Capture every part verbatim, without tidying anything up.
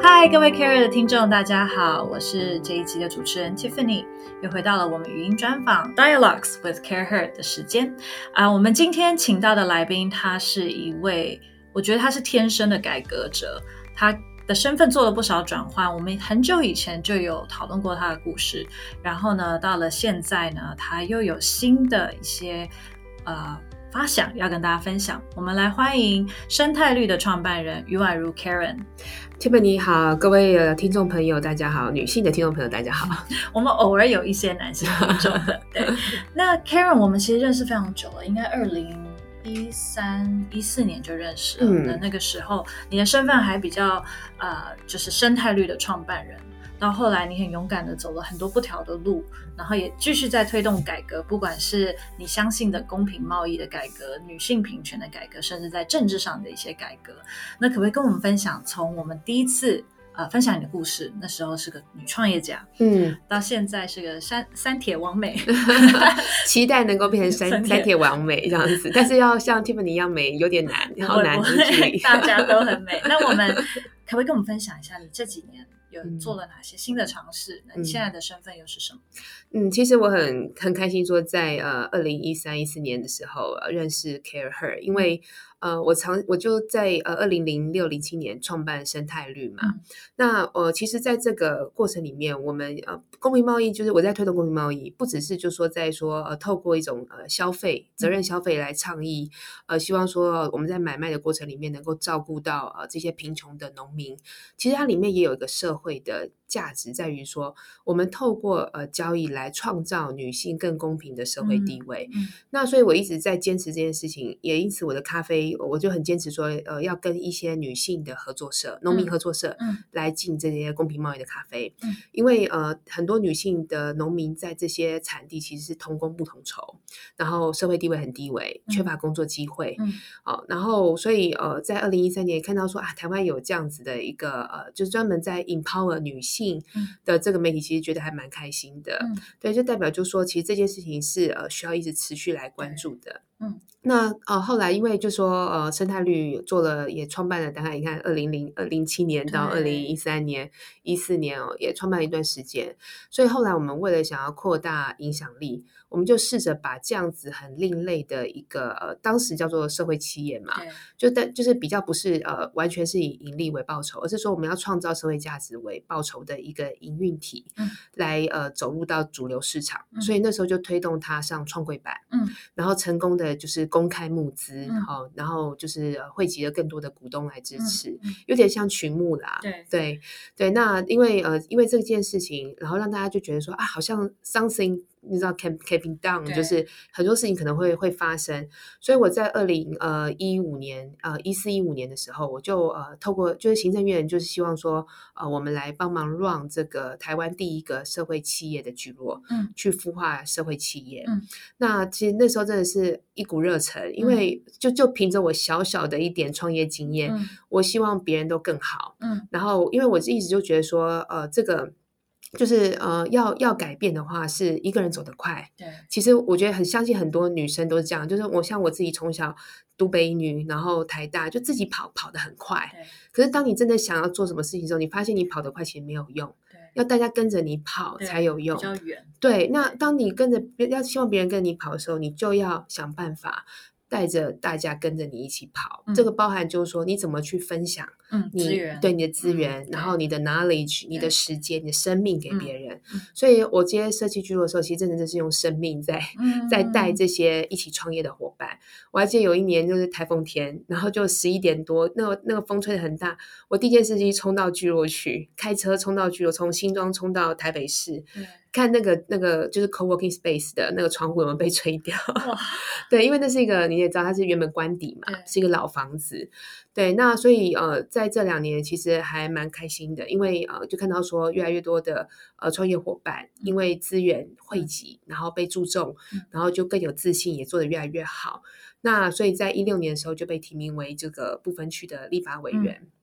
嗨，各位 Care 的听众，大家好，我是这一集的主持人 Tiffany， 又回到了我们语音专访 Dialogues with Care Her 的时间啊。我们今天请到的来宾，他是一位，我觉得他是天生的改革者，他的身份做了不少转换，我们很久以前就有讨论过他的故事，然后呢，到了现在呢，他又有新的一些呃。发想要跟大家分享，我们来欢迎生态绿的创办人余婉如 Karen。Tiffany 好，各位、呃、听众朋友大家好，女性的听众朋友大家好。 我们偶尔有一些男性听众的，对。那 Karen 我们其实认识非常久了，应该二零一三一四年就认识了。嗯、那那个时候你的身份还比较呃，就是生态绿的创办人。到后来你很勇敢的走了很多不条的路，然后也继续在推动改革，不管是你相信的公平贸易的改革、女性平权的改革，甚至在政治上的一些改革。那可不可以跟我们分享，从我们第一次呃分享你的故事，那时候是个女创业家，嗯，到现在是个三三铁王美， 期待能够变成三三铁王美这样子，但是要像 Tiffany 一样美有点难，好难的距离。 大家都很美。那我们可不可以跟我们分享一下你这几年有做了哪些新的尝试？那、嗯、你现在的身份又是什么？ 嗯，其实我很很开心说在呃二零一三一四年的时候、呃、认识 Care Her， 因为呃我常我就在呃二零零六零七年创办生态绿嘛。嗯、那呃其实在这个过程里面，我们呃公平贸易就是我在推动公平贸易，不只是就说在说呃透过一种呃消费责任消费来倡议，呃希望说我们在买卖的过程里面能够照顾到呃这些贫穷的农民，其实它里面也有一个社会的价值，在于说我们透过呃交易来创造女性更公平的社会地位。嗯嗯、那所以我一直在坚持这件事情，也因此我的咖啡我就很坚持说呃要跟一些女性的合作社、农民合作社、嗯、来进这些公平贸易的咖啡。嗯、因为呃很多女性的农民在这些产地其实是同工不同酬，然后社会地位很低微，缺乏工作机会。嗯哦、然后所以呃在二零一三年看到说啊台湾有这样子的一个呃就是专门在 empower 女性的这个媒体，其实觉得还蛮开心的。嗯、对，就代表就说其实这件事情是呃需要一直持续来关注的。嗯，那呃后来因为就说呃生态绿做了也创办了大概你看二零零二零七年到二零一三年一四年哦也创办了一段时间，所以后来我们为了想要扩大影响力，我们就试着把这样子很另类的一个呃当时叫做社会企业嘛，就但就是比较不是呃完全是以盈利为报酬，而是说我们要创造社会价值为报酬的一个营运体，嗯、来呃走入到主流市场。嗯、所以那时候就推动它上创柜板，嗯、然后成功的就是公开募资，嗯哦、然后就是呃汇集了更多的股东来支持，嗯嗯、有点像群募啦。对对对，那因为呃因为这件事情，然后让大家就觉得说啊，好像 something。你知道 can can be done， 就是很多事情可能会会发生，所以我在二零呃一五年呃一四一五年的时候，我就呃透过就是行政院就是希望说呃我们来帮忙 run 这个台湾第一个社会企业的聚落，嗯，去孵化社会企业。嗯，那其实那时候真的是一股热忱，因为就就凭着我小小的一点创业经验，嗯、我希望别人都更好。嗯，然后因为我一直就觉得说呃这个。就是呃，要要改变的话，是一个人走得快。对，其实我觉得很相信很多女生都是这样，就是我像我自己从小读北一女，然后台大就自己跑跑得很快。对，可是当你真的想要做什么事情的时候，你发现你跑得快其实没有用，对，要大家跟着你跑才有用，比较远。对，那当你跟着要希望别人跟你跑的时候，你就要想办法。带着大家跟着你一起跑，嗯、这个包含就是说你怎么去分享你、嗯、资源，对你的资源，嗯、然后你的 knowledge， 你的时间，你的生命给别人。嗯、所以我接设计聚落的时候，其实真的是用生命在、嗯、在带这些一起创业的伙伴。我还记得有一年就是台风天，然后就十一点多，那个那个风吹得很大，我第一件事情冲到聚落去，开车冲到聚落，从新庄冲到台北市。看那个那个就是 co-working space 的那个窗户有没有被吹掉。对，因为那是一个你也知道它是原本官邸嘛，是一个老房子。对，那所以呃在这两年其实还蛮开心的，因为呃就看到说越来越多的呃创业伙伴因为资源汇集，然后被注重，然后就更有自信，也做得越来越好。那所以在一六年的时候就被提名为这个不分区的立法委员。嗯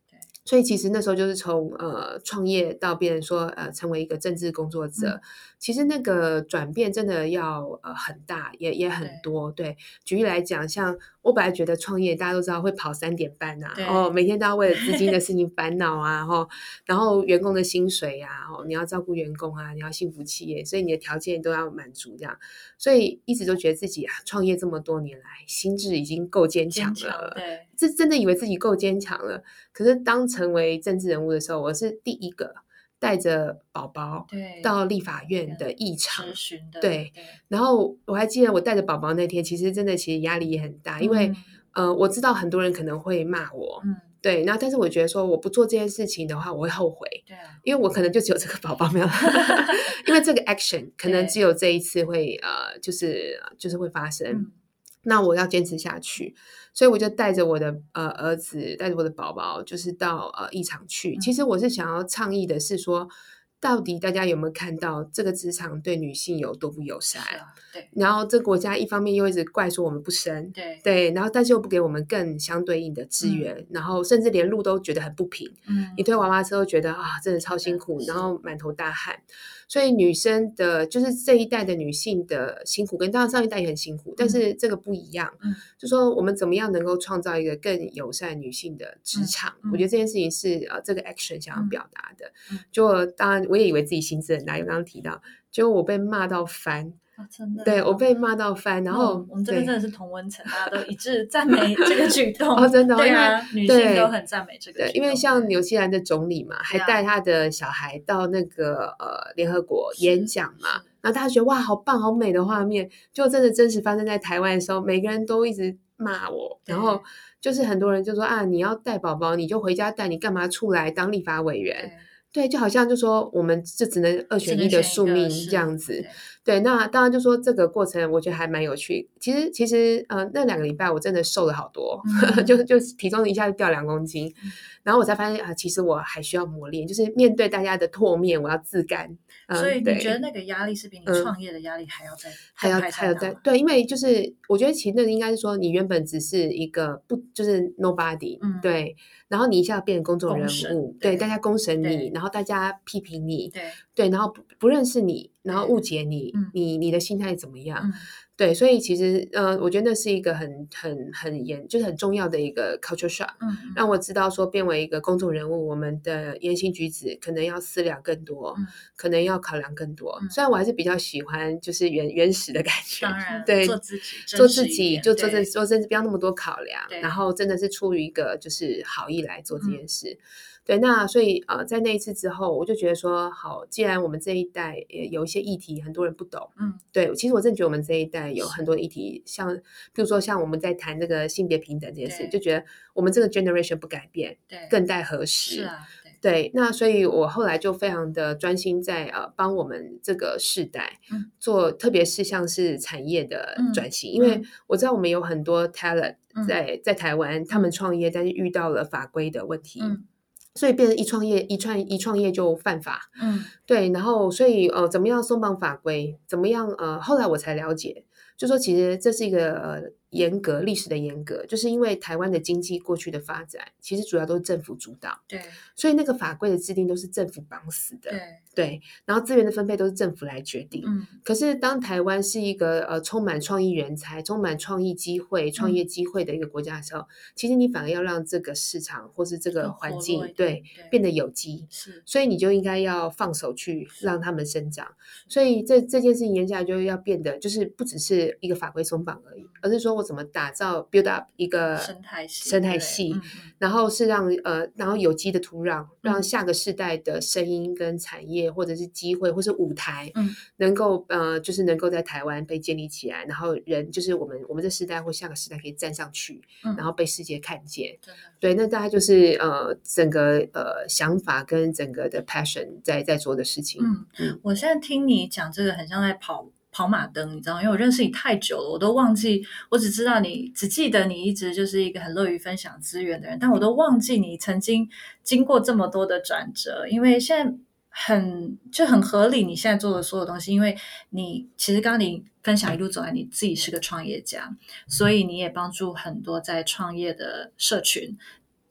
所以其实那时候就是从呃创业到变成说呃成为一个政治工作者， 嗯、 其实那个转变真的要呃很大，也也很多。对，对举例来讲，像我本来觉得创业大家都知道会跑三点半啊，哦，每天都要为了资金的事情烦恼啊，哦，然后员工的薪水啊，哦，你要照顾员工啊，你要幸福企业，所以你的条件都要满足这样。所以一直都觉得自己啊创业这么多年来，心智已经够坚强了， 对， 这真的以为自己够坚强了。可是当成为政治人物的时候，我是第一个带着宝宝到立法院的议场，对，对，然后我还记得我带着宝宝那天，其实真的其实压力也很大，因为、嗯、呃，我知道很多人可能会骂我，嗯，对，然后但是我觉得说我不做这件事情的话，我会后悔，对啊，因为我可能就只有这个宝宝没有，因为这个 action 可能只有这一次会呃，就是就是会发生。嗯，那我要坚持下去，所以我就带着我的呃儿子，带着我的宝宝，就是到呃议场去。其实我是想要倡议的是说，到底大家有没有看到这个职场对女性有多不友善？啊，对。然后这个国家一方面又一直怪说我们不生，对对，然后但是又不给我们更相对应的资源，嗯，然后甚至连路都觉得很不平。嗯，你推娃娃车觉得啊，真的超辛苦，然后满头大汗。所以女生的就是这一代的女性的辛苦跟当然上一代也很辛苦，但是这个不一样。嗯，就说我们怎么样能够创造一个更友善女性的职场，嗯，我觉得这件事情是呃这个 action 想要表达的。嗯，就当然我也以为自己心思很大，有刚刚提到结果我被骂到翻。哦，真的，对，我被骂到翻，然后、 哦、我们这边真的是同温层，大家都一致赞美这个举动。 哦，真的， 对啊，女性都很赞美这个举动。 对，因为像纽西兰的总理嘛，还带他的小孩到那个呃联合国演讲嘛，然后大家觉得哇，好棒好美的画面，就真的真实发生在台湾的时候，每个人都一直骂我，然后就是很多人就说啊，你要带宝宝你就回家带，你干嘛出来当立法委员？对，就好像就说我们就只能二选一的宿命这样子。对，那当然就说这个过程我觉得还蛮有趣。其实其实呃那两个礼拜我真的瘦了好多，嗯、就就体重一下就掉两公斤，嗯、然后我才发现啊、呃，其实我还需要磨练，就是面对大家的唾面，我要自干。 嗯、所以你觉得那个压力是比你创业的压力还要再、嗯、 还要还要再对，因为就是我觉得其实那应该是说你原本只是一个不就是 nobody，嗯、对，然后你一下变成公众人物，对，对大家公审你，然后大家批评你，对对，然后不不认识你，然后误解你，你你的心态怎么样？嗯、对，所以其实呃，我觉得那是一个很很很严，就是很重要的一个 culture shock，嗯、让我知道说变为一个公众人物，我们的言行举止可能要思量更多，嗯、可能要考量更多。嗯、虽然我还是比较喜欢就是原原始的感觉， 当然， 对， 做自己， 做自己，就做这做甚至不要那么多考量，然后真的是出于一个就是好意来做这件事。嗯对，那所以呃，在那一次之后，我就觉得说，好，既然我们这一代也有一些议题很多人不懂，嗯，对，其实我真的觉得我们这一代有很多的议题，像比如说像我们在谈这个性别平等这件事，就觉得我们这个 generation 不改变，对，更待何时？是啊，对，对，那所以我后来就非常的专心在呃帮我们这个世代，嗯，做特别是像是产业的转型，嗯、因为我知道我们有很多 talent 在、嗯、在台湾，他们创业，但是遇到了法规的问题。嗯所以变成一创业一创一创业就犯法，嗯，对，然后所以呃，怎么样松绑法规，怎么样呃，后来我才了解，就说其实这是一个呃严格历史的严格，就是因为台湾的经济过去的发展，其实主要都是政府主导，对，所以那个法规的制定都是政府绑死的，对，对，然后资源的分配都是政府来决定，嗯，可是当台湾是一个呃充满创意人才、充满创意机会、创业机会的一个国家的时候，嗯、其实你反而要让这个市场或是这个环境对。对，变得有机，是，所以你就应该要放手去让他们生长。所以这这件事情接下来就要变得，就是不只是一个法规松绑而已，而是说我怎么打造 build up 一个生态系， 生态系，嗯嗯、然后是让呃，然后有机的土壤，让下个世代的声音跟产业或者是机会或是舞台，嗯、能够呃，就是能够在台湾被建立起来，然后人就是我们我们这世代或下个世代可以站上去，嗯、然后被世界看见。对，那大概就是呃整个。呃，想法跟整个的 passion 在在做的事情。 嗯嗯，我现在听你讲这个，很像在跑跑马灯，你知道吗？因为我认识你太久了，我都忘记，我只知道你，只记得你一直就是一个很乐于分享资源的人，但我都忘记你曾经经过这么多的转折。因为现在很就很合理，你现在做的所有东西，因为你其实刚刚你分享一路走来，你自己是个创业家，所以你也帮助很多在创业的社群。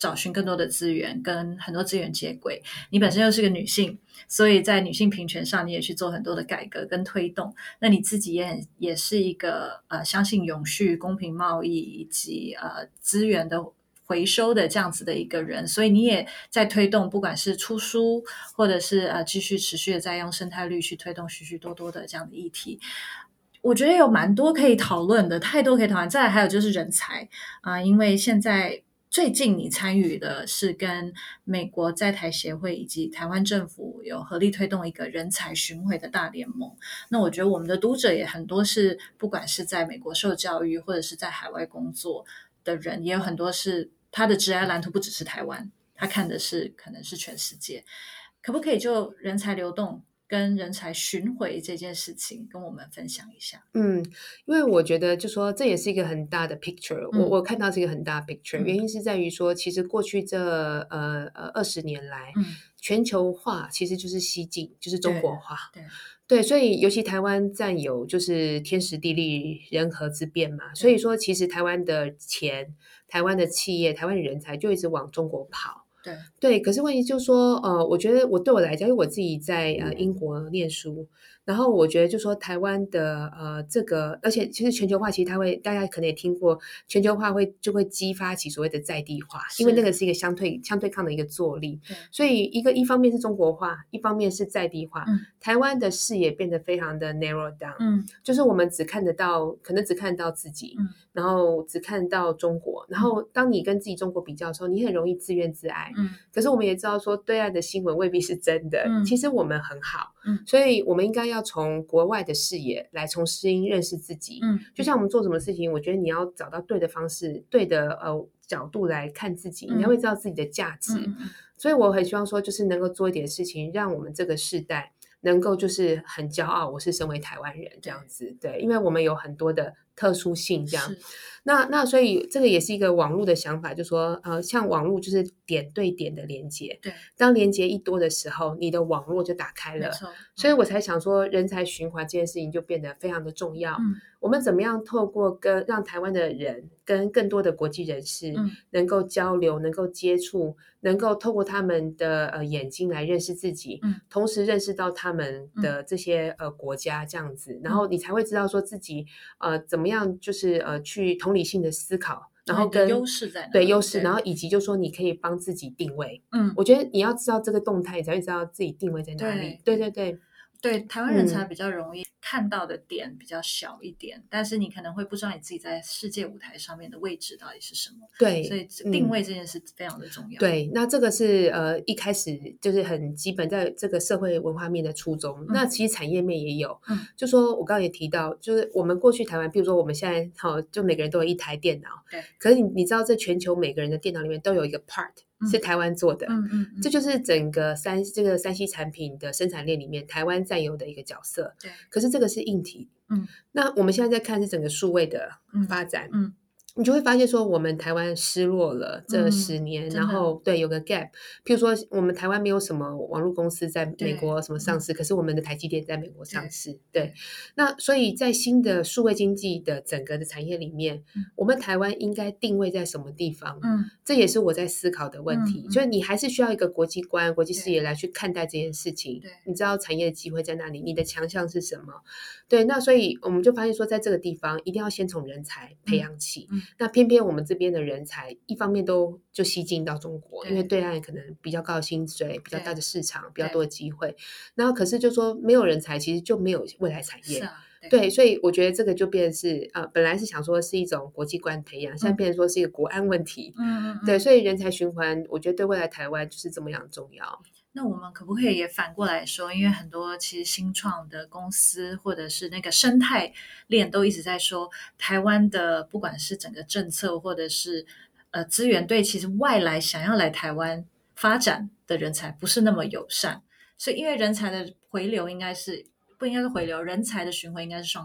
找寻更多的资源，跟很多资源接轨。你本身又是个女性，所以在女性平权上，你也去做很多的改革跟推动。那你自己也很也是一个呃相信永续、公平贸易以及呃资源的回收的这样子的一个人，所以你也在推动，不管是出书，或者是呃继续持续的在用生态绿去推动许许多多的这样的议题。我觉得有蛮多可以讨论的，太多可以讨论。再来还有就是人才啊、呃，因为现在最近你参与的是跟美国在台协会以及台湾政府有合力推动一个人才巡回的大联盟。那我觉得我们的读者也很多是不管是在美国受教育或者是在海外工作的人，也有很多是他的职业蓝图不只是台湾，他看的是可能是全世界。可不可以就人才流动跟人才巡回这件事情跟我们分享一下？ 嗯，因为我觉得就说这也是一个很大的 picture，、嗯、我我看到这个很大的 picture，、嗯、原因是在于说，其实过去这呃呃二十年来、嗯，全球化其实就是西进，就是中国化， 对。对对，所以尤其台湾占有就是天时地利人和之便嘛，所以说其实台湾的钱、台湾的企业、台湾的人才就一直往中国跑。 对对，可是问题就是说，呃，我觉得我对我来讲，因为我自己在呃英国念书，然后我觉得就说台湾的呃这个，而且其实全球化其实它会，大家可能也听过，全球化会就会激发起所谓的在地化，因为那个是一个相对相对抗的一个作力，所以一个一方面是中国化，一方面是在地化，嗯、台湾的视野变得非常的 narrow down，嗯，就是我们只看得到，可能只看得到自己，嗯，然后只看到中国，然后当你跟自己中国比较的时候，你很容易自怨自艾。嗯，可是我们也知道说对岸的新闻未必是真的，嗯、其实我们很好，嗯，所以我们应该要从国外的视野来重新认识自己，嗯，就像我们做什么事情，我觉得你要找到对的方式，对的呃角度来看自己，你才会知道自己的价值，嗯嗯、所以我很希望说就是能够做一点事情，让我们这个世代能够就是很骄傲，我是身为台湾人这样子，对，因为我们有很多的特殊性这样，那那所以这个也是一个网络的想法，就说呃，像网络就是点对点的连接，对，当连接一多的时候，你的网络就打开了，嗯、所以我才想说人才循环这件事情就变得非常的重要。嗯、我们怎么样透过跟让台湾的人跟更多的国际人士能够交流，嗯、能够接触，能够透过他们的呃眼睛来认识自己，嗯、同时认识到他们的这些呃国家这样子，然后你才会知道说自己呃怎么样就是呃去同理性的思考，然后跟优势在哪里？ 对优势，然后以及就说你可以帮自己定位。嗯，我觉得你要知道这个动态，你才会知道自己定位在哪里。对对对对。 对，台湾人才比较容易看到的点比较小一点，嗯、但是你可能会不知道你自己在世界舞台上面的位置到底是什么。 对， 所以定位这件事非常的重要。 嗯、对，那这个是呃一开始就是很基本，在这个社会文化面的初衷。嗯、那其实产业面也有，嗯，就说我刚刚也提到，就是我们过去台湾，比如说我们现在好，就每个人都有一台电脑，对，可是你你知道，这全球每个人的电脑里面都有一个 part。是台湾做的，嗯嗯嗯，这就是整个三这个三 C 产品的生产链里面台湾占有的一个角色。对，可是这个是硬体，嗯，那我们现在在看是整个数位的发展，嗯。嗯你就会发现说我们台湾失落了这十年，嗯、然后对有个 gap， 譬如说我们台湾没有什么网络公司在美国什么上市，可是我们的台积电在美国上市， 对, 对，那所以在新的数位经济的整个的产业里面，嗯、我们台湾应该定位在什么地方？嗯，这也是我在思考的问题，嗯、就是你还是需要一个国际观、国际视野来去看待这件事情。对，你知道产业的机会在哪里？你的强项是什么？对，那所以我们就发现说，在这个地方一定要先从人才培养起。嗯嗯那偏偏我们这边的人才一方面都就西进到中国，因为对岸可能比较高的薪水，比较大的市场，比较多的机会，然后可是就说没有人才其实就没有未来产业。是啊对, 对，所以我觉得这个就变成是呃，本来是想说是一种国际观培养，现在变成说是一个国安问题。嗯嗯对，所以人才循环，我觉得对未来台湾就是这么样重要。 那我们可不可以也反过来说，因为很多其实新创的公司或者是那个生态链都一直在说，台湾的不管是整个政策或者是呃资源，对其实外来想要来台湾发展的人才不是那么友善，所以因为人才的回流应该是不应该是回流，人才的循环应该是双向的。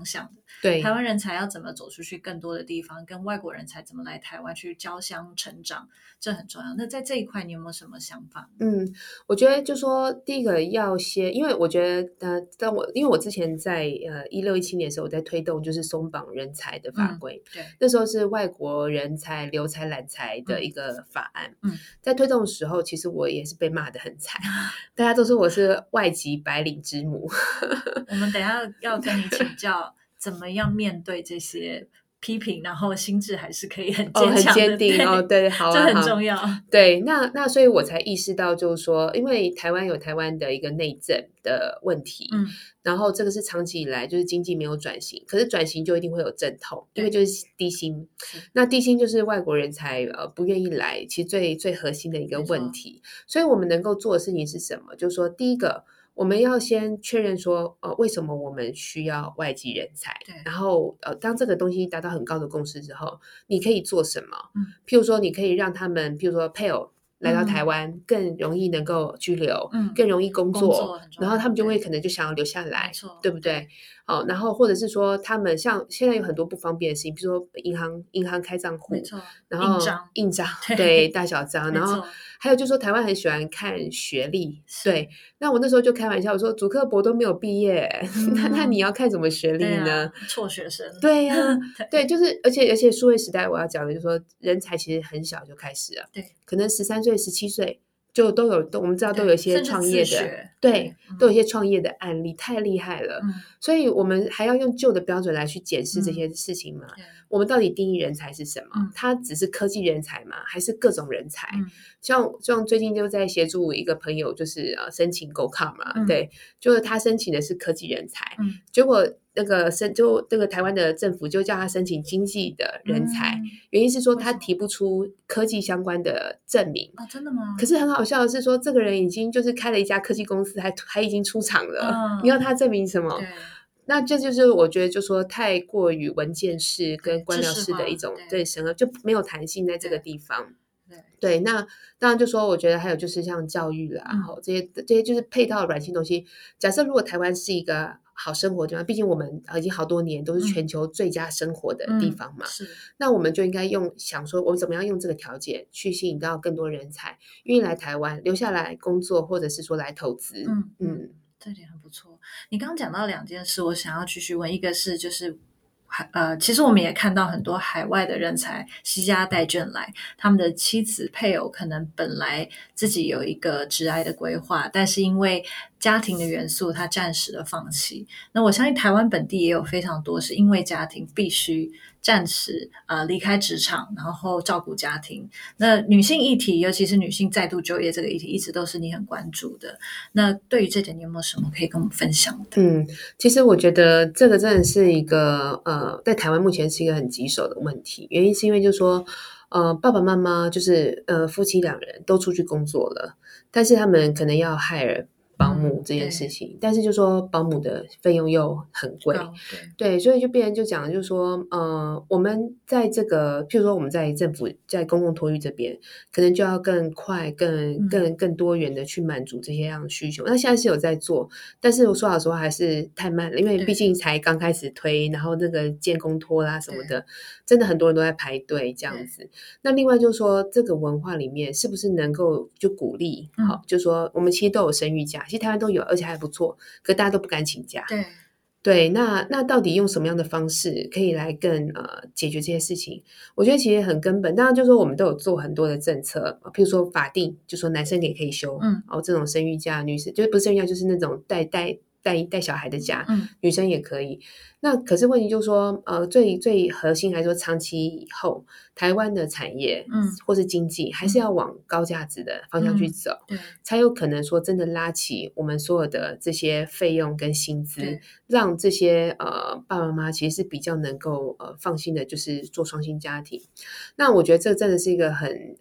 对， 台湾人才要怎么走出去更多的地方，跟外国人才怎么来台湾去交相成长，这很重要。那在这一块你有没有什么想法？ 嗯，我觉得就说第一个要先，因为我觉得呃，当我因为我之前在呃一六一七年的时候，我在推动就是松绑人才的法规， 嗯、对， 那时候是外国人才留才揽才的一个法案。 嗯， 在推动的时候，其实我也是被骂得很惨，大家都说我是外籍白领之母。 我们等一下要跟你请教怎么样面对这些批评，然后心智还是可以很坚强的、 哦、很坚定哦，对，好啊， 这很重要。 对，那那所以我才意识到，就是说，因为台湾有台湾的一个内政的问题， 嗯， 然后这个是长期以来就是经济没有转型，可是转型就一定会有阵痛，因为就是低薪，那低薪就是外国人才呃不愿意来，其实最最核心的一个问题。所以我们能够做的事情是什么？就是说，第一个。我们要先确认说，呃，为什么我们需要外籍人才？然后，呃，当这个东西达到很高的共识之后，你可以做什么？嗯，譬如说，你可以让他们，譬如说配偶来到台湾，嗯、更容易能够居留，嗯、更容易工作， 工作然后他们就会可能就想要留下来，对不对？哦，然后或者是说，他们像现在有很多不方便的事情，比如说银行银行开账户，然后印章， 印章，对，大小章，然后还有就是说，台湾很喜欢看学历，对。那我那时候就开玩笑，我说主科博都没有毕业，嗯、那那你要看什么学历呢？ 辍、啊、学生。 对呀、啊，对，就是而且而且数位时代，我要讲的就是说，人才其实很小就开始了， 对， 可能十三岁、十七岁。就都有，都我们知道都有一些创业的，对，对嗯、都有一些创业的案例，太厉害了。嗯、所以我们还要用旧的标准来去检视这些事情吗？嗯、我们到底定义人才是什么？嗯、他只是科技人才吗？还是各种人才？嗯、像像最近就在协助一个朋友，就是呃申请 Go Com 嘛，嗯、对，就是他申请的是科技人才，嗯、结果那个申就那个台湾的政府就叫他申请经济的人才，嗯、原因是说他提不出科技相关的证明。 哦，真的吗？ 可是很好笑的是说，这个人已经就是开了一家科技公司，还还已经出厂了，嗯、你要他证明什么？那这就是我觉得就说太过于文件式跟官僚式的一种对审核，就没有弹性在这个地方。对, 对，那当然就说我觉得还有就是像教育啦，然后、嗯、这些这些就是配套的软性东西。假设如果台湾是一个好生活的地方，毕竟我们已经好多年都是全球最佳生活的地方嘛，嗯、是那我们就应该用想说我们怎么样用这个条件去吸引到更多人才愿意来台湾留下来工作，或者是说来投资。嗯嗯，这点很不错。你刚刚讲到两件事，我想要继续问，一个是就是呃，其实我们也看到很多海外的人才携家带眷来，他们的妻子配偶可能本来自己有一个职涯的规划，但是因为家庭的元素他暂时的放弃。那我相信台湾本地也有非常多是因为家庭必须暂时呃离开职场，然后照顾家庭。那女性议题，尤其是女性再度就业这个议题，一直都是你很关注的。那对于这点你有没有什么可以跟我们分享的？ 嗯，其实我觉得这个真的是一个呃在台湾目前是一个很棘手的问题，原因是因为就是说呃爸爸妈妈就是呃夫妻两人都出去工作了，但是他们可能要 hire保姆这件事情，嗯、但是就说保姆的费用又很贵，对, 对，所以就别人就讲就是说呃我们在这个譬如说我们在政府在公共托育这边可能就要更快更更更多元的去满足这些样的需求。那现在是有在做，但是我说老实话还是太慢了，因为毕竟才刚开始推，然后那个建公托啦什么的真的很多人都在排队这样子。那另外就是说这个文化里面是不是能够就鼓励、嗯、好，就是说我们其实都有生育假，其实台湾都有，而且还不错，可大家都不敢请假。 对对，那那到底用什么样的方式可以来更呃解决这些事情？我觉得其实很根本。当然就是说我们都有做很多的政策，譬如说法定，就说男生也可以休，嗯，哦这种生育假，女生就是不是生育假，就是那种带带带带小孩的假，嗯，女生也可以。那可是问题就是说，呃，最最核心还是说，长期以后，台湾的产业，嗯，或是经济，还是要往高价值的方向去走，嗯、才有可能说真的拉起我们所有的这些费用跟薪资，让这些呃爸爸妈妈其实是比较能够呃放心的，就是做双薪家庭。那我觉得这真的是一个很很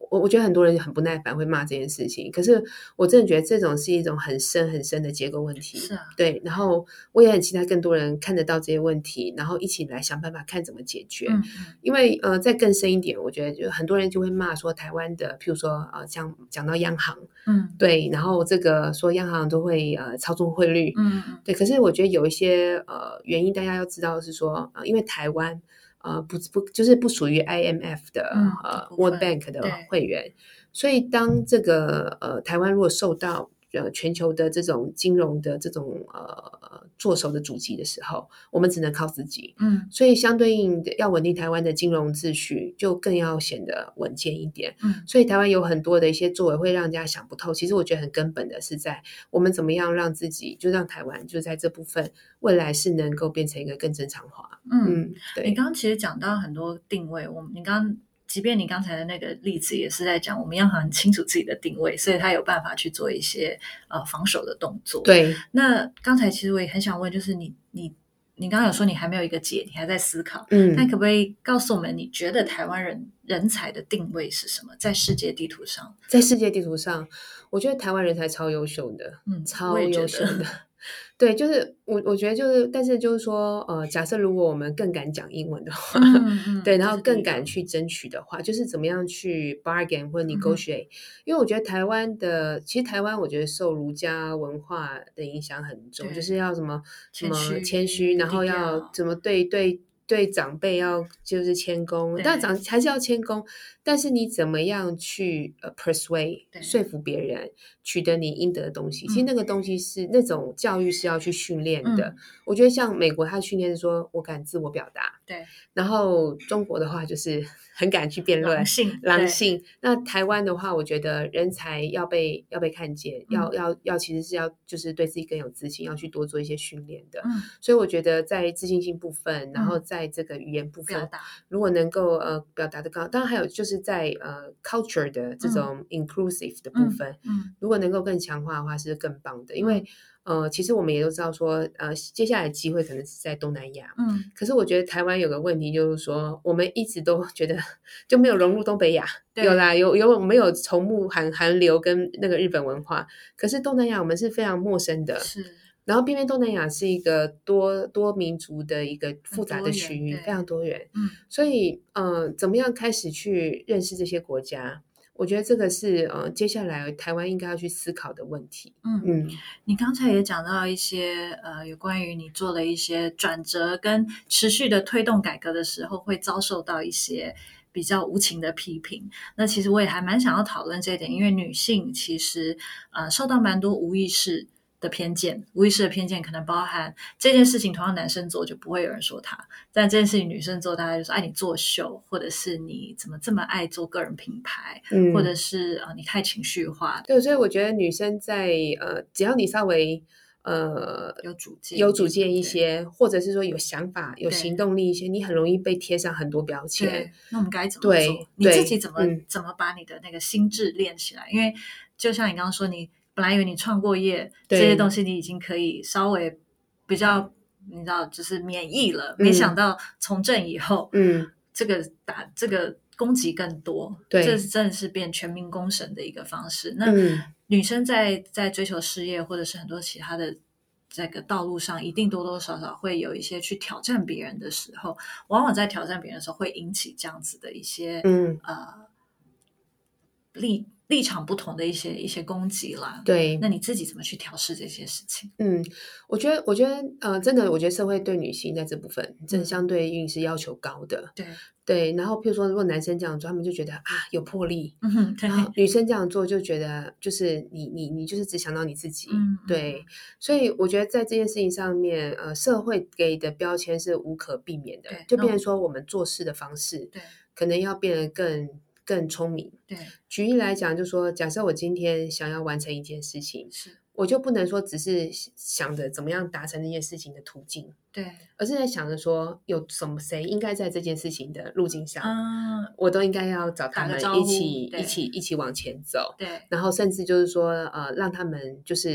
我我觉得很多人很不耐烦会骂这件事情，可是我真的觉得这种是一种很深很深的结构问题。 是啊， 对，然后我也很期待更多人看得到这些问题，然后一起来想办法看怎么解决。 嗯嗯， 因为呃，再更深一点，我觉得就很多人就会骂说台湾的，譬如说呃，像讲到央行， 嗯， 对，然后这个说央行都会呃操纵汇率， 嗯嗯， 对，可是我觉得有一些呃原因，大家要知道是说，呃，因为台湾呃不不就是不属于 I M F 的、 嗯、 呃 World Bank 的会员，所以当这个呃台湾如果受到呃全球的这种金融的这种呃做手的阻击的时候，我们只能靠自己。 嗯， 所以相对应的要稳定台湾的金融秩序，就更要显得稳健一点。 嗯， 所以台湾有很多的一些作为会让人家想不透。其实我觉得很根本的是在我们怎么样让自己，就让台湾就在这部分未来是能够变成一个更正常化。 嗯， 嗯对。 你刚刚其实讲到很多定位，我们你刚刚。即便你刚才的那个例子也是在讲，我们央行很清楚自己的定位，所以他有办法去做一些呃防守的动作。 对。 那刚才其实我也很想问，就是你你你刚刚有说你还没有一个解，你还在思考。 嗯， 那可不可以告诉我们，你觉得台湾人人才的定位是什么？在世界地图上， 在世界地图上，我觉得台湾人才超优秀的， 嗯， 超优秀的。对，就是我我觉得就是，但是就是说，呃，假设如果我们更敢讲英文的话， 嗯嗯、 对，然后更敢去争取的话，就是怎么样去 bargain 或 negotiate、嗯。因为我觉得台湾的，其实台湾我觉得受儒家文化的影响很重，就是要什么什么谦虚，然后要怎么对对。对长辈要就是谦恭，但长还是要谦恭，但是你怎么样去呃 persuade 说服别人，取得你应得的东西，其实那个东西是、嗯、那种教育是要去训练的、嗯。我觉得像美国，他训练是说我敢自我表达， 对， 然后中国的话就是很敢去辩论， 狼性， 狼性。那台湾的话，我觉得人才要被要被看见，嗯、要要要其实是要就是对自己更有自信，要去多做一些训练的。嗯，所以我觉得在自信心部分，然后在这个语言部分， 嗯、 如果能够呃表达的更好，当然还有就是在呃 culture 的这种 inclusive 的部分，嗯，嗯如果能够更强化的话，是更棒的，因为。呃，其实我们也都知道说，呃，接下来的机会可能是在东南亚。嗯，可是我觉得台湾有个问题就是说，我们一直都觉得就没有融入东北亚。有啦，有有我们有重沐韩韩流跟那个日本文化，可是东南亚我们是非常陌生的。 是。 然后偏偏东南亚是一个多多民族的一个复杂的区域，非常多元。嗯，所以呃，怎么样开始去认识这些国家？我觉得这个是呃，接下来台湾应该要去思考的问题。 嗯嗯，你刚才也讲到一些呃，有关于你做了一些转折跟持续的推动改革的时候，会遭受到一些比较无情的批评。那其实我也还蛮想要讨论这一点，因为女性其实呃受到蛮多无意识的偏见，无意识的偏见可能包含这件事情同样男生做就不会有人说他，但这件事情女生做大家就说哎你作秀，或者是你怎么这么爱做个人品牌、嗯、或者是、呃、你太情绪化。 对，所以我觉得女生在呃只要你稍微呃有主见有主见一些，或者是说有想法有行动力一些，你很容易被贴上很多标签。 那我们该怎么做？你自己怎么、嗯、怎么把你的那个心智练起来？因为就像你刚刚说，你本来以为你创过业这些东西你已经可以稍微比较你知道就是免疫了、嗯、没想到从政以后嗯，这个打这个攻击更多，对，这真的是变全民公审的一个方式。那、嗯、女生在在追求事业或者是很多其他的这个道路上一定多多少少会有一些去挑战别人的时候，往往在挑战别人的时候会引起这样子的一些嗯呃立立场不同的一些一些攻击啦。 对， 那你自己怎么去调试这些事情？ 嗯，我觉得我觉得呃，真的，我觉得社会对女性在这部分真的相对应是要求高的。 对对，然后譬如说，如果男生这样做，他们就觉得啊有魄力， 嗯哼，对。 然后女生这样做就觉得就是你你你就是只想到你自己， 嗯， 对。所以我觉得在这件事情上面，呃，社会给的标签是无可避免的，就变成说我们做事的方式，对，可能要变得更。更聪明。 对， 举例来讲，就说假设我今天想要完成一件事情， 是我就不能说只是想着怎么样达成那件事情的途径， 对， 而是在想着说有什么谁应该在这件事情的路径上， 嗯， 我都应该要找他们一起一起一起往前走， 对， 然后甚至就是说呃让他们就是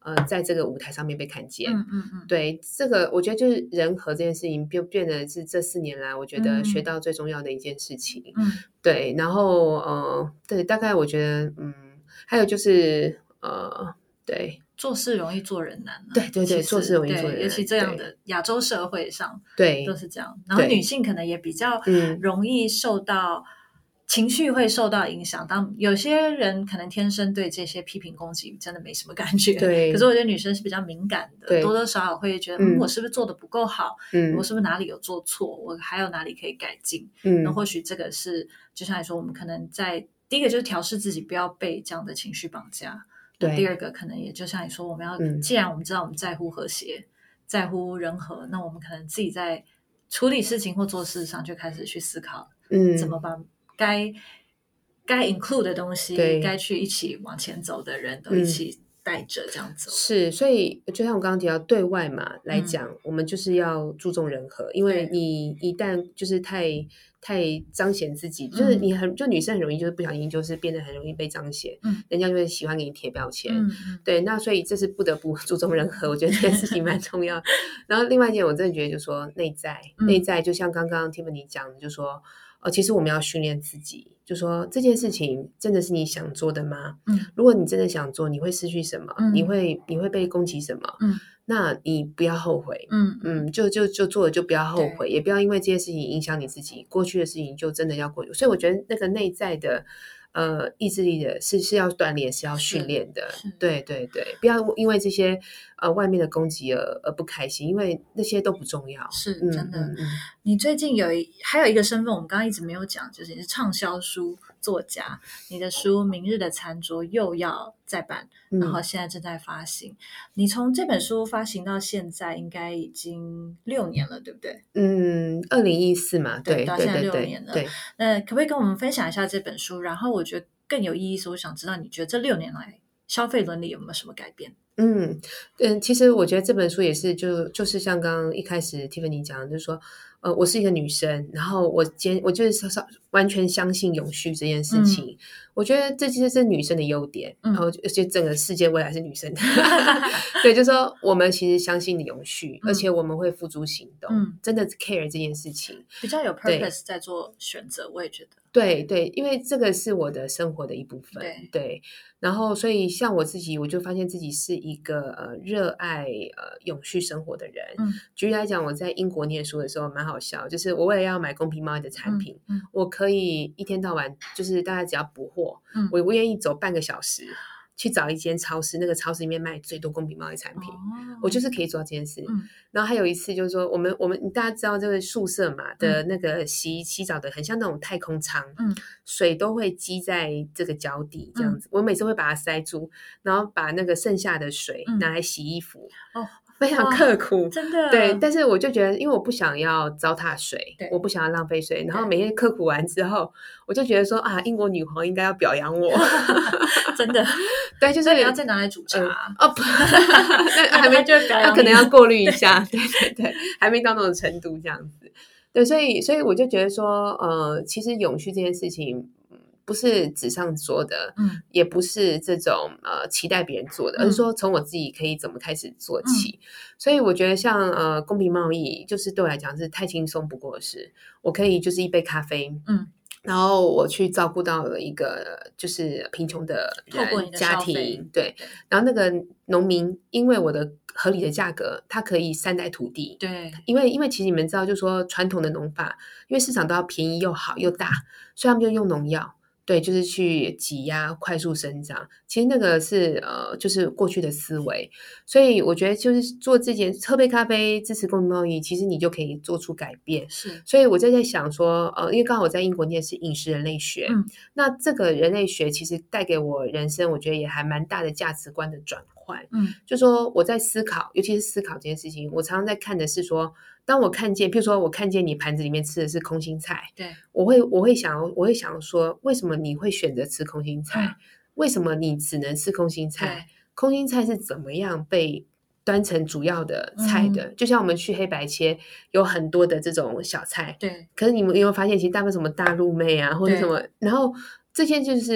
呃，在这个舞台上面被看见。 嗯嗯嗯， 对，这个我觉得就是人和这件事情就变得是这四年来我觉得学到最重要的一件事情。 嗯， 对，然后呃，对，大概我觉得嗯，还有就是呃，对。 做事容易做人难、啊、 对对对，做事容易做人难， 尤其这样的亚洲社会上对都是这样，然后女性可能也比较容易受到、嗯、情绪会受到影响，当有些人可能天生对这些批评攻击真的没什么感觉， 对， 可是我觉得女生是比较敏感的，多多少少会觉得、嗯、我是不是做的不够好、嗯、我是不是哪里有做错，我还有哪里可以改进，嗯，那或许这个是就像你说我们可能在第一个就是调试自己不要被这样的情绪绑架，对，第二个可能也就像你说我们要、嗯、既然我们知道我们在乎和谐在乎人和，那我们可能自己在处理事情或做事上就开始去思考、嗯、怎么把该该 include 的东西该去一起往前走的人都一起带着这样走、嗯、 是，所以就像我刚刚提到对外嘛来讲、嗯、我们就是要注重人和，因为你一旦就是太太彰显自己，就是你很就女生很容易就是不小心就是变得很容易被彰显、嗯、人家就会喜欢给你贴标签、嗯、对，那所以这是不得不注重人和，我觉得这件事情蛮重要然后另外一件我真的觉得就是说内在、嗯、内在就像刚刚 Tiffany 讲的，就是说哦，其实我们要训练自己，就说这件事情真的是你想做的吗？嗯，如果你真的想做，你会失去什么？嗯、你会你会被攻击什么？嗯，那你不要后悔。嗯嗯，就就就做了就不要后悔，也不要因为这些事情影响你自己，过去的事情就真的要过去。所以我觉得那个内在的呃意志力的是是要锻炼，是要训练的。对对对，不要因为这些呃外面的攻击而而不开心，因为那些都不重要。 是真的。嗯嗯、你最近有一还有一个身份，我们刚刚一直没有讲，就是你是畅销书作家，你的书《明日的餐桌》又要再版，然后现在正在发行。嗯、你从这本书发行到现在，应该已经六年了，对不对？ 嗯，二零一四嘛，对， 对到现在六年了。对，那可不可以跟我们分享一下这本书？然后我觉得更有意义是，我想知道你觉得这六年来消费伦理有没有什么改变？ 嗯嗯，其实我觉得这本书也是就就是像刚刚一开始 Tiffany 讲的，就是说呃，我是一个女生，然后我今我就是完全相信永续这件事情、嗯、我觉得这其实是女生的优点、嗯、然后而且整个世界未来是女生的对，就是说我们其实相信永续、嗯、而且我们会付诸行动、嗯、真的 care 这件事情， 比较有 purpose 在做选择，我也觉得对对，因为这个是我的生活的一部分， 对, 对，然后所以像我自己我就发现自己是一个呃热爱呃永续生活的人、嗯、举例来讲，我在英国念书的时候蛮好笑，就是我为了要买公平贸易的产品、嗯嗯、我可以一天到晚就是大家只要补货、嗯、我我愿意走半个小时去找一间超市，那个超市里面卖最多公平贸易产品、哦、我就是可以做到这件事、嗯、然后还有一次就是说我们我们大家知道这个宿舍嘛的那个洗洗澡的很像那种太空舱、嗯、水都会积在这个脚底这样子、嗯、我每次会把它塞住，然后把那个剩下的水拿来洗衣服、嗯、哦，非常刻苦、哦、真的对，但是我就觉得因为我不想要糟蹋水，我不想要浪费水，然后每天刻苦完之后我就觉得说啊，英国女皇应该要表扬我真的对，就是你要再拿来煮茶、 呃、哦不那还没就那可能要过滤一下对对对，还没到那种程度这样子，对，所以所以我就觉得说呃，其实永续这件事情不是纸上说的、嗯、也不是这种呃期待别人做的、嗯、而是说从我自己可以怎么开始做起、嗯、所以我觉得像呃公平贸易就是对我来讲是太轻松不过的事，我可以就是一杯咖啡嗯，然后我去照顾到了一个就是贫穷的人家庭，对，然后那个农民因为我的合理的价格他可以善待土地，对，因为因为其实你们知道就是说传统的农法因为市场都要便宜又好又大，所以他们就用农药，对，就是去挤压快速生长，其实那个是呃，就是过去的思维，所以我觉得就是做这件喝杯咖啡支持公平贸易，其实你就可以做出改变。是，所以我就在想说，呃，因为刚好我在英国念是饮食人类学，嗯，那这个人类学其实带给我人生，我觉得也还蛮大的价值观的转换。嗯，就说我在思考，尤其是思考这件事情，我常常在看的是说，当我看见，譬如说我看见你盘子里面吃的是空心菜，对，我会我会想我会想说，为什么你会选择吃空心菜？嗯、为什么你只能吃空心菜？空心菜是怎么样被端成主要的菜的？嗯、就像我们去黑白切，有很多的这种小菜，对。可是你们有没有发现，其实大部分什么大陆妹啊，或者什么，然后这些就是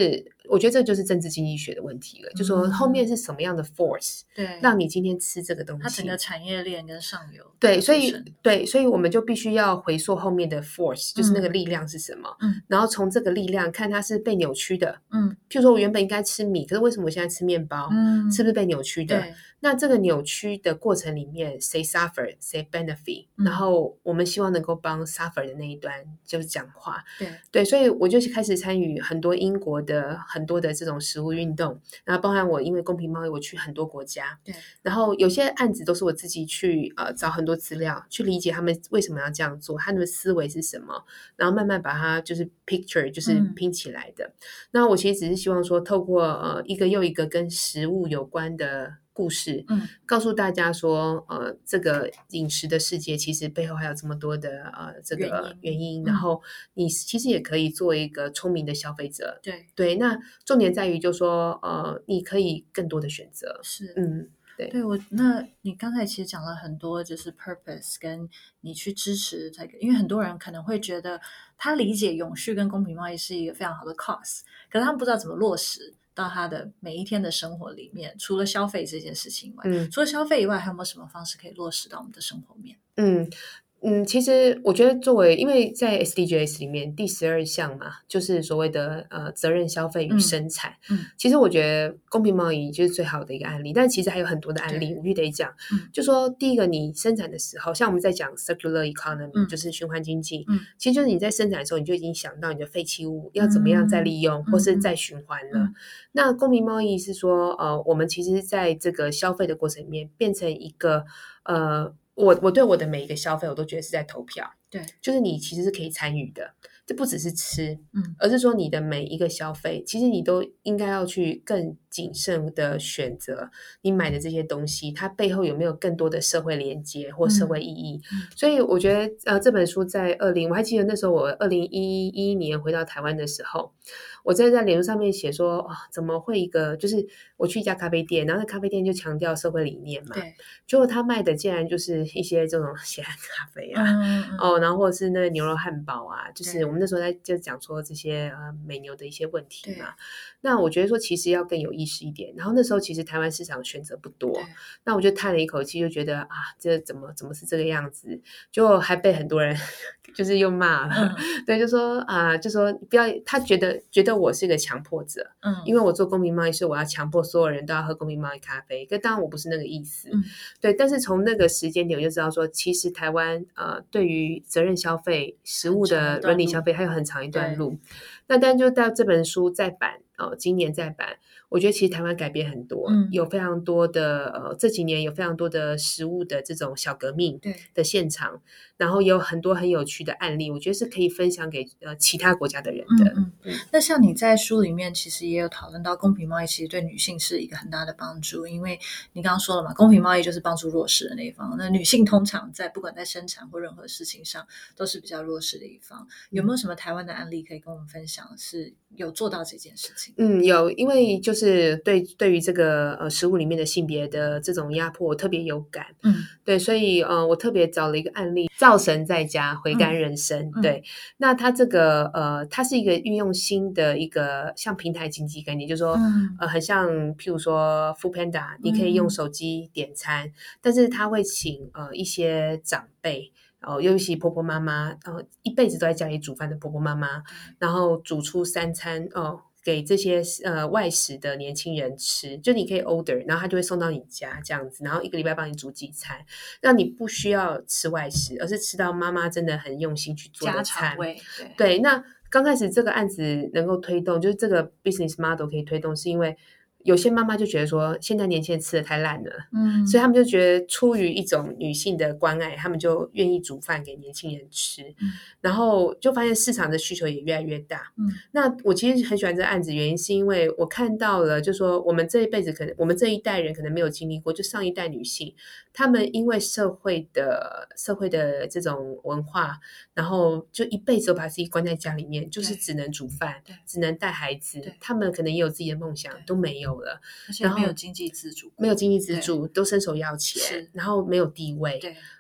我觉得这就是政治经济学的问题了，嗯、就说后面是什么样的 force 对让你今天吃这个东西， 它整个产业链跟上游对，所以对，所以我们就必须要回溯后面的 force，、嗯、就是那个力量是什么，嗯，然后从这个力量看它是被扭曲的，嗯，譬如说我原本应该吃米，可是为什么我现在吃面包，嗯，是不是被扭曲的？那这个扭曲的过程里面，谁 suffer， 谁 benefit，、嗯、然后我们希望能够帮 suffer 的那一端就是讲话， 对对，所以我就开始参与很多英国的很多的这种食物运动，然后包含我因为公平贸易，我去很多国家， 对， 然后有些案子都是我自己去呃找很多资料，去理解他们为什么要这样做，他们的思维是什么，然后慢慢把它就是 picture 就是拼起来的。嗯、那我其实只是希望说，透过呃一个又一个跟食物有关的故事，嗯，告诉大家说，呃，这个饮食的世界其实背后还有这么多的呃这个原因，原因嗯、然后你其实也可以做一个聪明的消费者， 对对。那重点在于就说，呃，你可以更多的选择， 是， 嗯。对, 对我，那你刚才其实讲了很多，就是 purpose 跟你去支持这个，因为很多人可能会觉得他理解永续跟公平贸易是一个非常好的 cause， 可是他们不知道怎么落实到他的每一天的生活里面。除了消费这件事情以外，嗯，除了消费以外，还有没有什么方式可以落实到我们的生活面？ 嗯。嗯，其实我觉得作为，因为在 S D G S 里面第十二项嘛，就是所谓的呃责任消费与生产。嗯嗯、其实我觉得公平贸易就是最好的一个案例，但其实还有很多的案例，我必须得讲。嗯、就说第一个，你生产的时候，像我们在讲 circular economy，、嗯、就是循环经济，嗯，其实就是你在生产的时候，你就已经想到你的废弃物要怎么样再利用，嗯、或是再循环了。嗯、那公平贸易是说，呃，我们其实在这个消费的过程里面变成一个呃。我我对我的每一个消费，我都觉得是在投票， 对， 就是你其实是可以参与的，这不只是吃，嗯，而是说你的每一个消费，其实你都应该要去更谨慎的选择你买的这些东西，它背后有没有更多的社会连接或社会意义？嗯、所以我觉得，呃，这本书在二零，我还记得那时候我二零一一年回到台湾的时候。我在在脸书上面写说，哦，怎么会一个就是我去一家咖啡店，然后那咖啡店就强调社会理念嘛， 对， 结果他卖的竟然就是一些这种血汗咖啡啊，嗯嗯哦，然后或者是那个牛肉汉堡啊，就是我们那时候在就讲说这些呃美牛的一些问题嘛。那我觉得说其实要更有意识一点，然后那时候其实台湾市场选择不多，那我就叹了一口气，就觉得啊，这怎么怎么是这个样子，就还被很多人就是又骂了，嗯、对，就说啊、呃，就说不要，他觉得觉得我是一个强迫者，嗯，因为我做公平贸易，所以我要强迫所有人都要喝公平贸易咖啡，可当然我不是那个意思，嗯、对，但是从那个时间点我就知道说，其实台湾呃对于责任消费、食物的伦理消费还有很长一段路。那但就到这本书再版哦，今年再版，我觉得其实台湾改变很多，嗯、有非常多的呃这几年有非常多的食物的这种小革命的现场，然后也有很多很有趣的案例，我觉得是可以分享给呃其他国家的人的。 嗯嗯，那像你在书里面其实也有讨论到公平贸易其实对女性是一个很大的帮助，因为你刚刚说了嘛，公平贸易就是帮助弱势的那一方，那女性通常在不管在生产或任何事情上都是比较弱势的一方，有没有什么台湾的案例可以跟我们分享是有做到这件事情？ 嗯，有，因为就是对对于这个呃食物里面的性别的这种压迫我特别有感，嗯，对，所以呃我特别找了一个案例，造神在家回甘人生，嗯、对，那它这个呃它是一个运用新的一个像平台经济概念，就是说、嗯、呃很像譬如说 Foodpanda， 你可以用手机点餐，嗯、但是他会请呃一些长辈。哦，尤其婆婆妈妈，呃，一辈子都在家里煮饭的婆婆妈妈，然后煮出三餐哦，给这些呃外食的年轻人吃，就你可以 order， 然后他就会送到你家这样子，然后一个礼拜帮你煮几餐，让你不需要吃外食，而是吃到妈妈真的很用心去做的餐。 家常味，对， 对，那刚开始这个案子能够推动，就是这个 business model 可以推动，是因为有些妈妈就觉得说现在年轻人吃的太烂了，嗯，所以他们就觉得出于一种女性的关爱，他们就愿意煮饭给年轻人吃，嗯、然后就发现市场的需求也越来越大，嗯，那我其实很喜欢这个案子，原因是因为我看到了，就说我们这一辈子可能我们这一代人可能没有经历过，就上一代女性，她们因为社会的社会的这种文化，然后就一辈子都把自己关在家里面，就是只能煮饭，只能带孩子，他们可能也有自己的梦想，都没有了， 而且没有经济自主， 没有经济自主，都伸手要钱，然后没有地位， 对，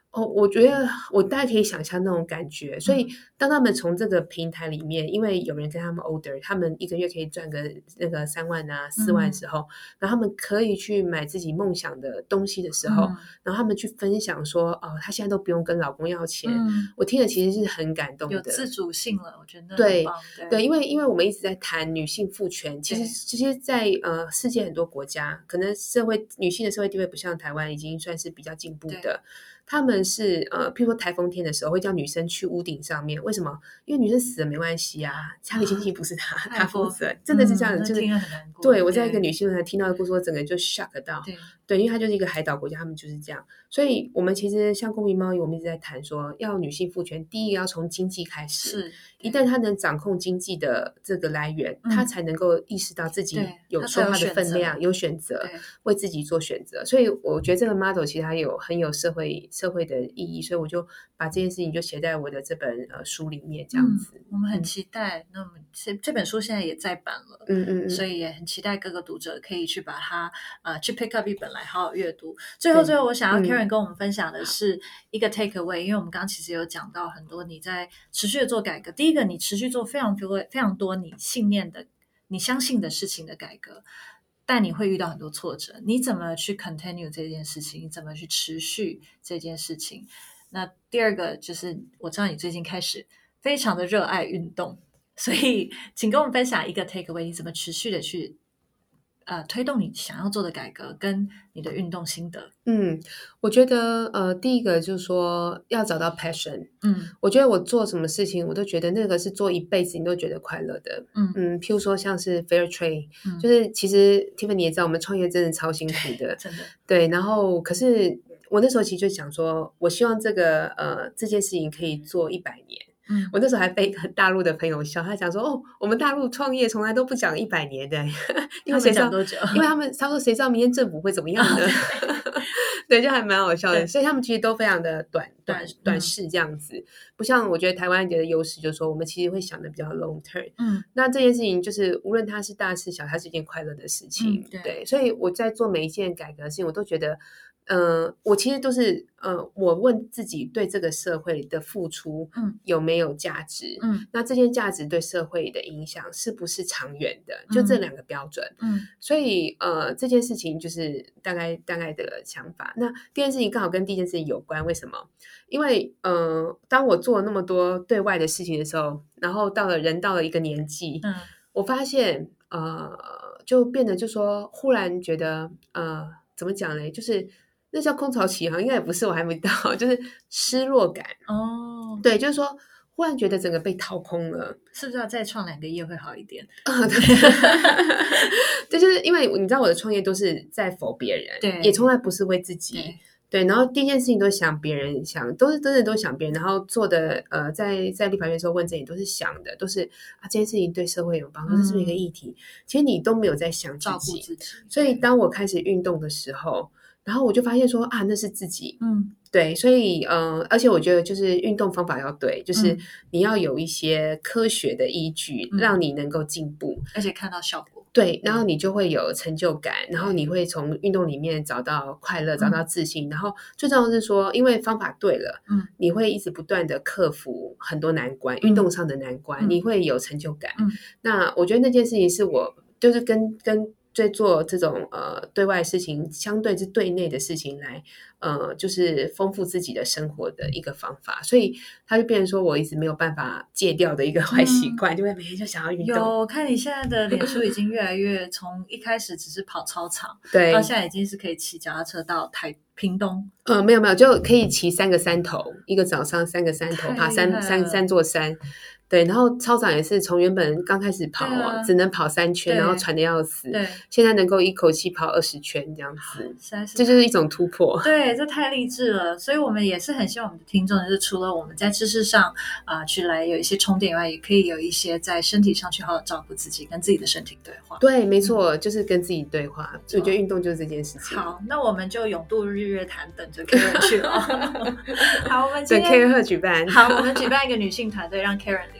哦，我觉得我大概可以想象那种感觉，所以当他们从这个平台里面，因为有人跟他们 order， 他们一个月可以赚个那个三万啊、四万的时候，嗯、然后他们可以去买自己梦想的东西的时候，嗯、然后他们去分享说，哦，他现在都不用跟老公要钱，嗯、我听了其实是很感动的， 有自主性了，我觉得对很棒对对，因为因为我们一直在谈女性赋权，其实其实在呃世界很多国家，可能社会女性的社会地位不像台湾，已经算是比较进步的。他们是呃，譬如说台风天的时候，会叫女生去屋顶上面。为什么？因为女生死了没关系啊，家里经济不是她，她负责，真的是这样子。 嗯、 就是很难过对我在一个女性论坛听到的故事，我整个就 shock 到。 对， 对，因为它就是一个海岛国家，他们就是这样。所以我们其实像公民贸易，我们一直在谈说，要女性赋权，第一个要从经济开始。 是， 一旦她能掌控经济的这个来源，她、嗯、才能够意识到自己有说话的分量，有选择，为自己做选择。所以我觉得这个 model 其实它有很有社会社会的意义，所以我就把这件事情就写在我的这本呃书里面，这样子。 嗯、我们很期待，那我们这这本书现在也在版了， 嗯嗯嗯， 所以也很期待各个读者可以去把它呃去 pick up 一本来好好阅读。最后最后，我想要 Karen 跟我们分享的是一个 take away，、嗯、因为我们刚刚其实有讲到很多你在持续的做改革。第一个，你持续做非常多非常多你信念的、你相信的事情的改革。但你会遇到很多挫折，你怎么去 continue 这件事情？你怎么去持续这件事情？那第二个就是我知道你最近开始非常的热爱运动，所以请跟我们分享一个 take away， 你怎么持续的去呃推动你想要做的改革跟你的运动心得？ 嗯，我觉得呃第一个就是说要找到 passion。 嗯， 我觉得我做什么事情我都觉得那个是做一辈子你都觉得快乐的。 嗯嗯，譬如说像是 Fair Trade，嗯、就是其实 Tiffany 也知道我们创业真的超辛苦的， 真的。 对，然后可是我那时候其实就想说，我希望这个呃这件事情可以做一百年。 嗯， 我那时候还被大陆的朋友笑，他讲说哦，我们大陆创业从来都不讲一百年的，因为谁知道多久？ 因为他们他说谁知道明天政府会怎么样呢？哦、对, 对，就还蛮好笑的。所以他们其实都非常的短短短视这样子，不像我觉得台湾的优势，就是说我们其实会想的比较 long term。 嗯， 那这件事情就是无论它是大是小，它是一件快乐的事情。 嗯、对, 对，所以我在做每一件改革的事情，我都觉得。呃，我其实都是呃，我问自己对这个社会的付出， 嗯， 有没有价值？ 嗯， 那这些价值对社会的影响是不是长远的？就这两个标准。 嗯， 所以呃，这件事情就是大概大概的想法。那第二件事情刚好跟第一件事情有关，为什么？因为呃，当我做了那么多对外的事情的时候，然后到了人到了一个年纪， 嗯， 我发现呃，就变得就说，忽然觉得呃，怎么讲呢？就是。那叫空巢期哈，应该也不是，我还没到，就是失落感哦。 对，就是说，忽然觉得整个被掏空了， 是不是要再创两个业会好一点？ 啊、对，对，就是因为你知道我的创业都是在否别人， 对， 也从来不是为自己。 对， 对，然后第一件事情都是想别人，想都是真的都想别人，然后做的呃，在在立法院的时候问这里都是想的，都是啊这件事情对社会有帮助，这、嗯、是不是一个议题？其实你都没有在想自己， 照顾自己。 所以当我开始运动的时候。然后我就发现说啊，那是自己， 嗯， 对，所以呃，而且我觉得就是运动方法要对，就是你要有一些科学的依据，嗯、让你能够进步， 而且看到效果， 对，然后你就会有成就感，然后你会从运动里面找到快乐，找到自信，嗯、然后最重要的是说，因为方法对了， 嗯， 你会一直不断的克服很多难关，运动上的难关， 嗯、 你会有成就感。 嗯， 那我觉得那件事情是我就是跟跟。在做这种呃对外事情，相对是对内的事情来呃，就是丰富自己的生活的一个方法，所以它就变成说我一直没有办法戒掉的一个坏习惯，嗯、就会每天就想要运动。 有，我看你现在的脸书已经越来越从一开始只是跑操场， 对， 到现在已经是可以骑脚踏车到台屏东。 呃，没有没有，就可以骑三个山头，一个早上三个山头，爬三三三座山。对，然后操场也是从原本刚开始跑、啊、只能跑三圈，然后喘得要死， 对， 现在能够一口气跑二十圈这样子， 是这就是一种突破。 对，这太励志了。所以我们也是很希望我们的听众，就是除了我们在知识上啊、呃、去来有一些充电以外，也可以有一些在身体上去好好照顾自己，跟自己的身体对话。 对，没错，嗯、就是跟自己对话。所以我觉得运动就是这件事情。 好，那我们就永渡日月潭，等着 Karen 去了。好，我们今天等 Karen 举办。 好，我们举办一个女性团队，让 Karen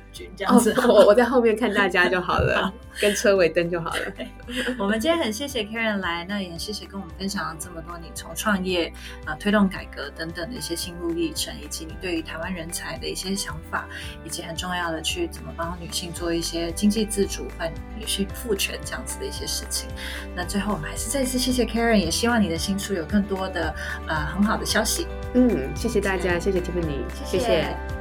军这样子。 哦、我我在后面看大家就好了，跟车尾灯就好了。 我们今天很谢谢 Karen 来，那也很谢谢跟我们分享了这么多你从创业、呃、推动改革等等的一些心路历程，以及你对于台湾人才的一些想法，以及很重要的去怎么帮女性做一些经济自主和女性赋权这样子的一些事情。那最后我们还是再次谢谢 Karen， 也希望你的新书有更多的、呃、很好的消息。 嗯，谢谢大家，谢谢 Tiffany， 谢谢。